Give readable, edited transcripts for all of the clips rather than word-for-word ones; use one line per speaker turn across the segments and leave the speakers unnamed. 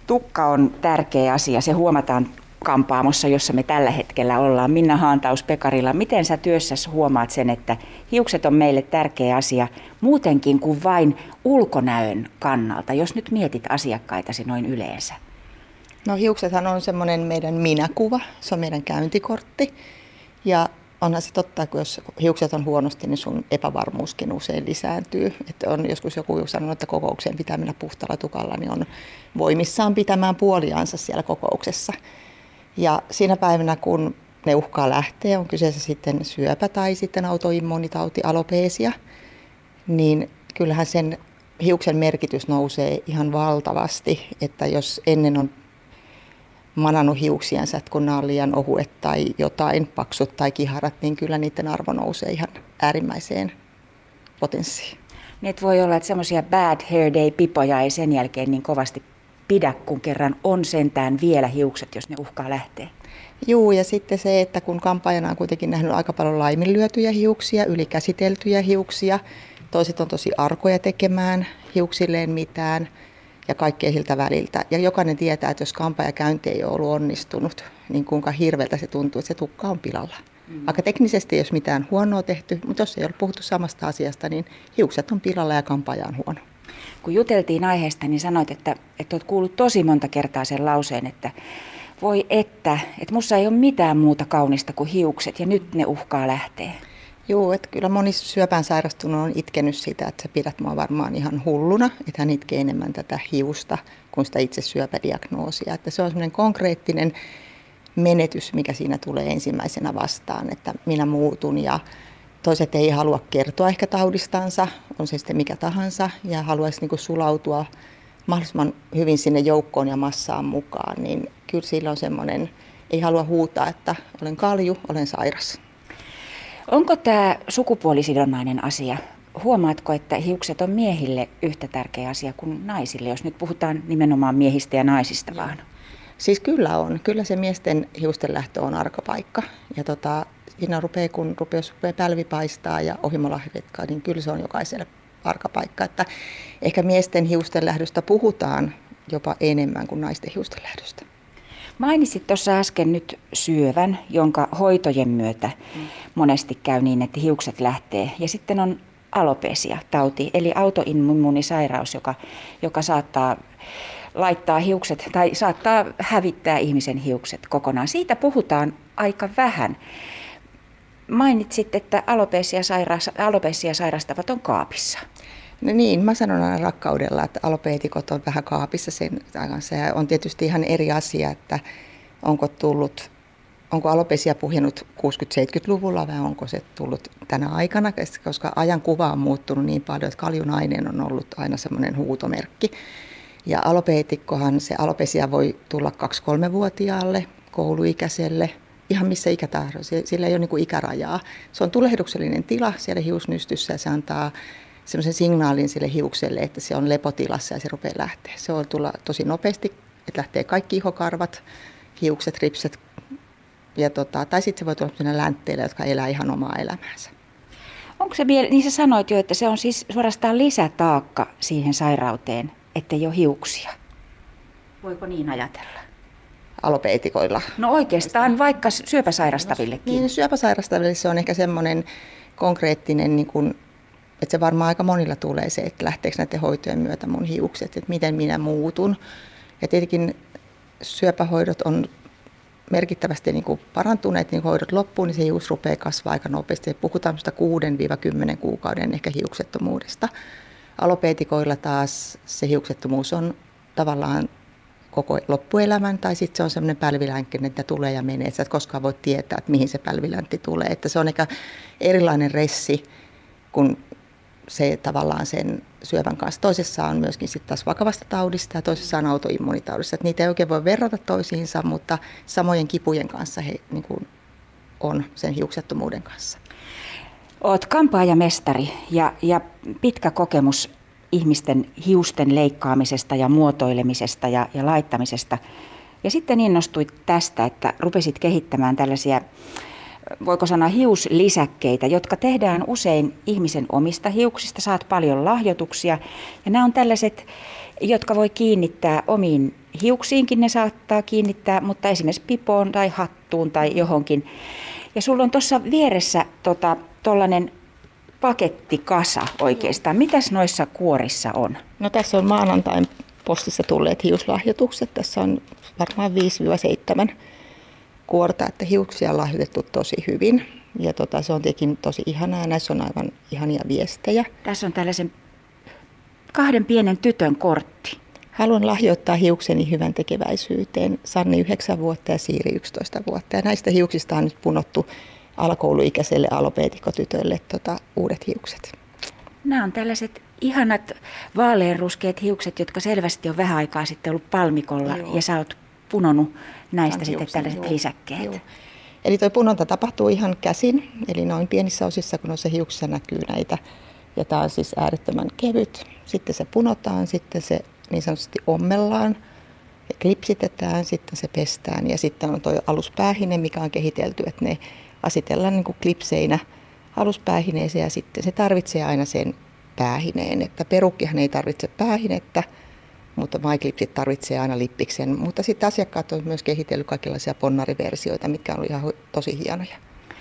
Tukka on tärkeä asia, se huomataan kampaamossa, jossa me tällä hetkellä ollaan. Minna Haantaus Pekarilla, miten sä työssäsi huomaat sen, että hiukset on meille tärkeä asia muutenkin kuin vain ulkonäön kannalta, jos nyt mietit asiakkaitasi noin yleensä?
No hiuksethan on semmoinen meidän minäkuva, se on meidän käyntikortti ja onhan se totta, että jos hiukset on huonosti, niin sun epävarmuuskin usein lisääntyy. Että on joskus joku sanonut, että kokoukseen pitää mennä puhtaalla tukalla, niin on voimissaan pitämään puoliansa siellä kokouksessa. Ja siinä päivänä, kun ne uhkaa lähteä, on kyseessä sitten syöpä tai sitten autoimmuunitauti, alopecia, niin kyllähän sen hiuksen merkitys nousee ihan valtavasti, että jos ennen on manannut hiuksiansa, että kun nämä on liian ohuet tai jotain, paksut tai kiharat, niin kyllä niiden arvo nousee ihan äärimmäiseen potenssiin.
Niin voi olla, että semmoisia bad hair day -pipoja ei sen jälkeen niin kovasti pidä, kun kerran on sentään vielä hiukset, jos ne uhkaa lähteä.
Juu, ja sitten se, että kun kampaajana on kuitenkin nähnyt aika paljon laiminlyötyjä hiuksia, ylikäsiteltyjä hiuksia, toiset on tosi arkoja tekemään hiuksilleen mitään ja kaikkea siltä väliltä. Ja jokainen tietää, että jos kampaajakäynti ei ole ollut onnistunut, niin kuinka hirveältä se tuntuu, että se tukka on pilalla. Vaikka teknisesti ei ole mitään huonoa tehty, mutta jos ei ole puhuttu samasta asiasta, niin hiukset on pilalla ja kampaaja on huono.
Kun juteltiin aiheesta, niin sanoit, että olet kuullut tosi monta kertaa sen lauseen, että voi että musta ei ole mitään muuta kaunista kuin hiukset ja nyt ne uhkaa lähteä.
Joo, että kyllä moni syöpään sairastunut on itkenyt sitä, että sä pidät mua varmaan ihan hulluna, että hän itkee enemmän tätä hiusta kuin sitä itse syöpädiagnoosia. Että se on semmoinen konkreettinen menetys, mikä siinä tulee ensimmäisenä vastaan, että minä muutun ja toiset ei halua kertoa ehkä taudistansa, on se sitten mikä tahansa, ja haluaisi niin kuin sulautua mahdollisimman hyvin sinne joukkoon ja massaan mukaan, niin kyllä sillä on semmoinen, ei halua huutaa, että olen kalju, olen sairas.
Onko tämä sukupuolisidonnainen asia? Huomaatko, että hiukset on miehille yhtä tärkeä asia kuin naisille, jos nyt puhutaan nimenomaan miehistä ja naisista vaan?
Siis kyllä on. Kyllä se miesten hiusten lähtö on arka paikka. Ja siinä kun rupeaa pälvi paistaa ja ohimolahvetkaa, niin kyllä se on jokaiselle arka paikka. Että ehkä miesten hiusten lähdöstä puhutaan jopa enemmän kuin naisten hiusten lähdöstä.
Mainitsit tuossa äsken nyt syövän, jonka hoitojen myötä monesti käy niin, että hiukset lähtee. Ja sitten on alopecia-tauti, eli autoimmuunisairaus, joka saattaa laittaa hiukset tai saattaa hävittää ihmisen hiukset kokonaan. Siitä puhutaan aika vähän. Mainitsit, että alopecia sairastavat on kaapissa.
No niin, mä sanon aina rakkaudella, että alopeetikot on vähän kaapissa sen kanssa. Ja on tietysti ihan eri asia, että onko alopecia puhjennut 60-70-luvulla vai onko se tullut tänä aikana, koska ajan kuva on muuttunut niin paljon, että kaljunainen on ollut aina semmoinen huutomerkki. Ja alopeetikkohan se alopecia voi tulla 2-3-vuotiaalle, kouluikäiselle, ihan missä ikätahdon. Sillä ei ole niin kuin ikärajaa. Se on tulehduksellinen tila siellä hiusnystyssä ja se antaa semmoisen signaalin sille hiukselle, että se on lepotilassa ja se rupeaa lähteä. Se voi tulla tosi nopeasti, että lähtee kaikki ihokarvat, hiukset, ripset, tai sitten se voi tulla sellainen läntteillä, jotka elää ihan omaa elämäänsä.
Onko se vielä, niin sä sanoit jo, että se on siis suorastaan lisätaakka siihen sairauteen, ettei ole hiuksia. Voiko niin ajatella?
Alopeetikoilla.
No oikeastaan vaikka syöpäsairastavillekin.
Niin, syöpäsairastaville se on ehkä semmoinen konkreettinen, niin kuin, että se varmaan aika monilla tulee se, että lähteekö näiden hoitojen myötä mun hiukset, että miten minä muutun. Ja tietenkin syöpähoidot on merkittävästi niin kuin parantuneet, niin hoidot loppuun, niin se hius rupeaa kasvaa aika nopeasti. Puhutaan 6-10 kuukauden ehkä hiuksettomuudesta. Alopeetikoilla taas se hiuksettomuus on tavallaan koko loppuelämän, tai sitten se on semmoinen pälvilänkki, että tulee ja menee, että sä et koskaan voi tietää, että mihin se pälviläntti tulee. Että se on ehkä erilainen ressi kuin se tavallaan sen syövän kanssa. Toisessa on myöskin sitten taas vakavasta taudista ja toisessa on autoimmuunitaudista. Että niitä ei oikein voi verrata toisiinsa, mutta samojen kipujen kanssa he niin kuin on sen hiuksettomuuden kanssa.
Oot kampaajamestari ja pitkä kokemus ihmisten hiusten leikkaamisesta ja muotoilemisesta ja laittamisesta. Ja sitten innostuit tästä, että rupesit kehittämään tällaisia voiko sanoa hiuslisäkkeitä, jotka tehdään usein ihmisen omista hiuksista. Saat paljon lahjoituksia ja nämä on tällaiset, jotka voi kiinnittää omiin hiuksiinkin, ne saattaa kiinnittää, mutta esimerkiksi pipoon tai hattuun tai johonkin. Ja sulla on tuossa vieressä tollainen pakettikasa oikeastaan. Mitäs noissa kuorissa on?
No tässä on maanantain postissa tulleet hiuslahjoitukset. Tässä on varmaan 5-7 kuorta, että hiuksia on lahjoitettu tosi hyvin. Ja se on tietenkin tosi ihanaa ja näissä on aivan ihania viestejä.
Tässä on tällaisen 2 pienen tytön kortti.
Haluan lahjoittaa hiukseni hyvän tekeväisyyteen. Sanni 9 vuotta ja Siiri 11 vuotta. Ja näistä hiuksista on nyt punottu alakouluikäiselle alopeetikkotytölle uudet hiukset.
Nämä on tällaiset ihanat vaaleanruskeat hiukset, jotka selvästi on vähän aikaa sitten ollut palmikolla. Joo. Ja sä oot punonut näistä sitten tällaiset lisäkkeet. Joo.
Eli tuo punonta tapahtuu ihan käsin, eli noin pienissä osissa, kun noissa hiuksissa näkyy näitä. Ja tämä on siis äärettömän kevyt. Sitten se punotaan, sitten se niin sanotusti ommellaan ja klipsitetään, sitten se pestään. Ja sitten on tuo aluspäähine, mikä on kehitelty, että ne asitellaan niin kuin klipseinä aluspäähineeseen ja sitten se tarvitsee aina sen päähineen. Että perukkihan ei tarvitse päähinettä, mutta MyClipsit tarvitsee aina lippiksen. Mutta sitten asiakkaat on myös kehitellyt kaikenlaisia ponnariversioita, mitkä on ihan tosi hienoja.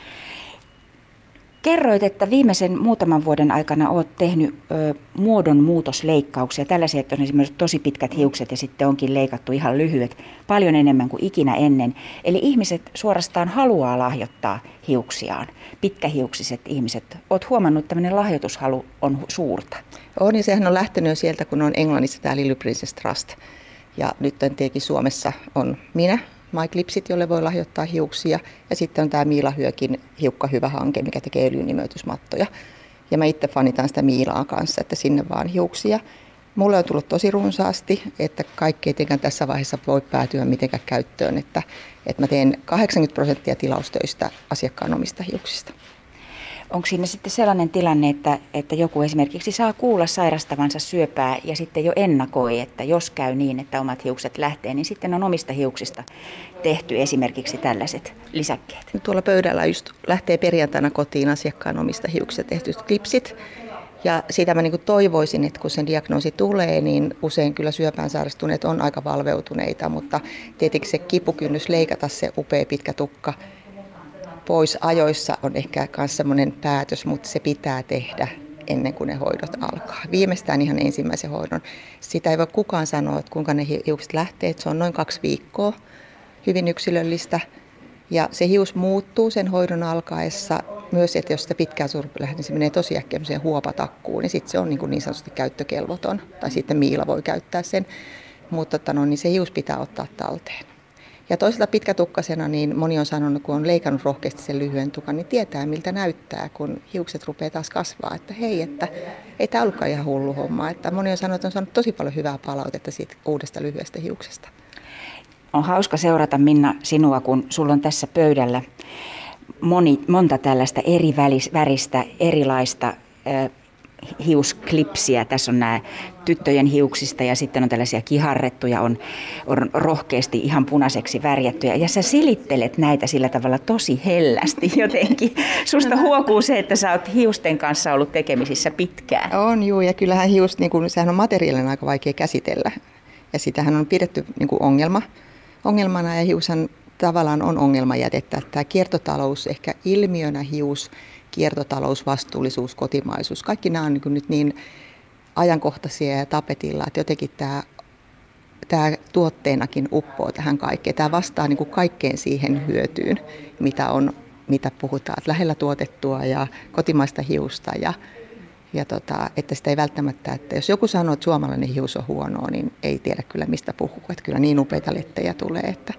Kerroit, että viimeisen muutaman vuoden aikana olet tehnyt muodonmuutosleikkauksia, tällaisia, että on esimerkiksi tosi pitkät hiukset ja sitten onkin leikattu ihan lyhyet, paljon enemmän kuin ikinä ennen. Eli ihmiset suorastaan haluaa lahjoittaa hiuksiaan, pitkähiuksiset ihmiset. Olet huomannut, että tämmöinen lahjoitushalu on suurta.
On, ja sehän on lähtenyt sieltä, kun on Englannissa tämä Lily Princess Trust. Ja nyt tietenkin Suomessa on minä. MyClipsit, jolle voi lahjoittaa hiuksia. Ja sitten on tämä Miila Hyökin Hiukka Hyvä-hanke, mikä tekee öljynimeytysmattoja. Ja mä itse fanitan sitä Miilaa kanssa, että sinne vaan hiuksia. Mulle on tullut tosi runsaasti, että kaikki ei tietenkään tässä vaiheessa voi päätyä mitenkään käyttöön. Että mä teen 80% tilaustöistä asiakkaan omista hiuksista.
Onko siinä sitten sellainen tilanne, että joku esimerkiksi saa kuulla sairastavansa syöpää ja sitten jo ennakoi, että jos käy niin, että omat hiukset lähtee, niin sitten on omista hiuksista tehty esimerkiksi tällaiset lisäkkeet?
Tuolla pöydällä just lähtee perjantaina kotiin asiakkaan omista hiuksista tehtyt klipsit. Ja siitä mä niin toivoisin, että kun sen diagnoosi tulee, niin usein kyllä syöpään sairastuneet on aika valveutuneita, mutta tietenkin se kipukynnys leikata se upea pitkä tukka pois ajoissa on ehkä myös semmoinen päätös, mutta se pitää tehdä ennen kuin ne hoidot alkaa. Viimeistään ihan ensimmäisen hoidon. Sitä ei voi kukaan sanoa, että kuinka ne hiukset lähtee. Se on noin 2 viikkoa, hyvin yksilöllistä. Ja se hius muuttuu sen hoidon alkaessa myös, että jos sitä pitkään surpilää, niin se menee tosi äkkiä huopatakkuun, niin sitten se on niin sanotusti käyttökelvoton. Tai sitten Miila voi käyttää sen, mutta niin se hius pitää ottaa talteen. Ja toisaalta pitkätukkasena niin moni on sanonut, kun on leikannut rohkeasti sen lyhyen tukan, niin tietää miltä näyttää, kun hiukset rupeaa taas kasvaa. Että hei, että ei tämä ollutkaan ihan hullu homma. Että moni on sanonut, että on saanut tosi paljon hyvää palautetta siitä uudesta lyhyestä hiuksesta.
On hauska seurata, Minna, sinua, kun sulla on tässä pöydällä monta tällaista eri väristä, erilaista hiusklipsiä. Tässä on nämä tyttöjen hiuksista ja sitten on tällaisia kiharrettuja, on rohkeasti ihan punaiseksi värjättyjä. Ja sä silittelet näitä sillä tavalla tosi hellästi jotenkin. Susta huokuu se, että sä oot hiusten kanssa ollut tekemisissä pitkään.
On juu, ja kyllähän hius, niin kun, sehän on materiaalinen aika vaikea käsitellä. Ja sitähän on pidetty niin kuin ongelmana ja hiushan tavallaan on ongelmajätettä. Tämä kiertotalous, ehkä ilmiönä hius, kiertotalous, vastuullisuus, kotimaisuus, kaikki nämä on nyt niin ajankohtaisia ja tapetilla, että jotenkin tämä tuotteenakin uppoo tähän kaikkeen. Tämä vastaa niin kuin kaikkeen siihen hyötyyn, mitä puhutaan, että lähellä tuotettua ja kotimaista hiusta ja että sitä ei välttämättä, että jos joku sanoo, että suomalainen hius on huonoa, niin ei tiedä kyllä mistä puhuu, että kyllä niin upeita lettejä tulee, että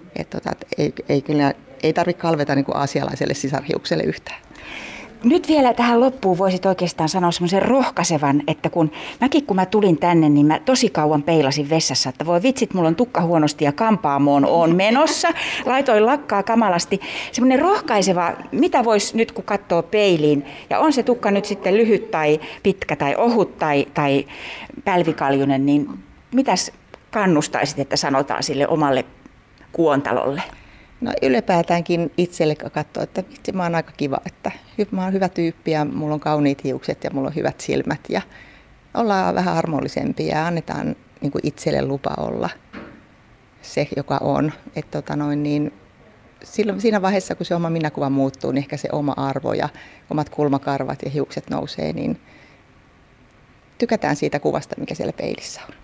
ei tarvitse kalveta niin kuin aasialaiselle sisarhiukselle yhtään.
Nyt vielä tähän loppuun voisit oikeastaan sanoa semmoisen rohkaisevan, että kun mä tulin tänne, niin mä tosi kauan peilasin vessassa, että voi vitsit, mulla on tukka huonosti ja kampaamoon on menossa. Laitoin lakkaa kamalasti. Semmoinen rohkaiseva, mitä voisi nyt kun katsoo peiliin, ja on se tukka nyt sitten lyhyt tai pitkä tai ohut tai pälvikaljunen, niin mitäs kannustaisit, että sanotaan sille omalle kuontalolle?
No ylipäätäänkin itselle katsoa, että itse mä oon aika kiva, että mä oon hyvä tyyppi ja mulla on kauniit hiukset ja mulla on hyvät silmät ja ollaan vähän armollisempia ja annetaan niin kuin itselle lupa olla se, joka on. Niin silloin, siinä vaiheessa, kun se oma minäkuva muuttuu, niin ehkä se oma arvo ja omat kulmakarvat ja hiukset nousee, niin tykätään siitä kuvasta, mikä siellä peilissä on.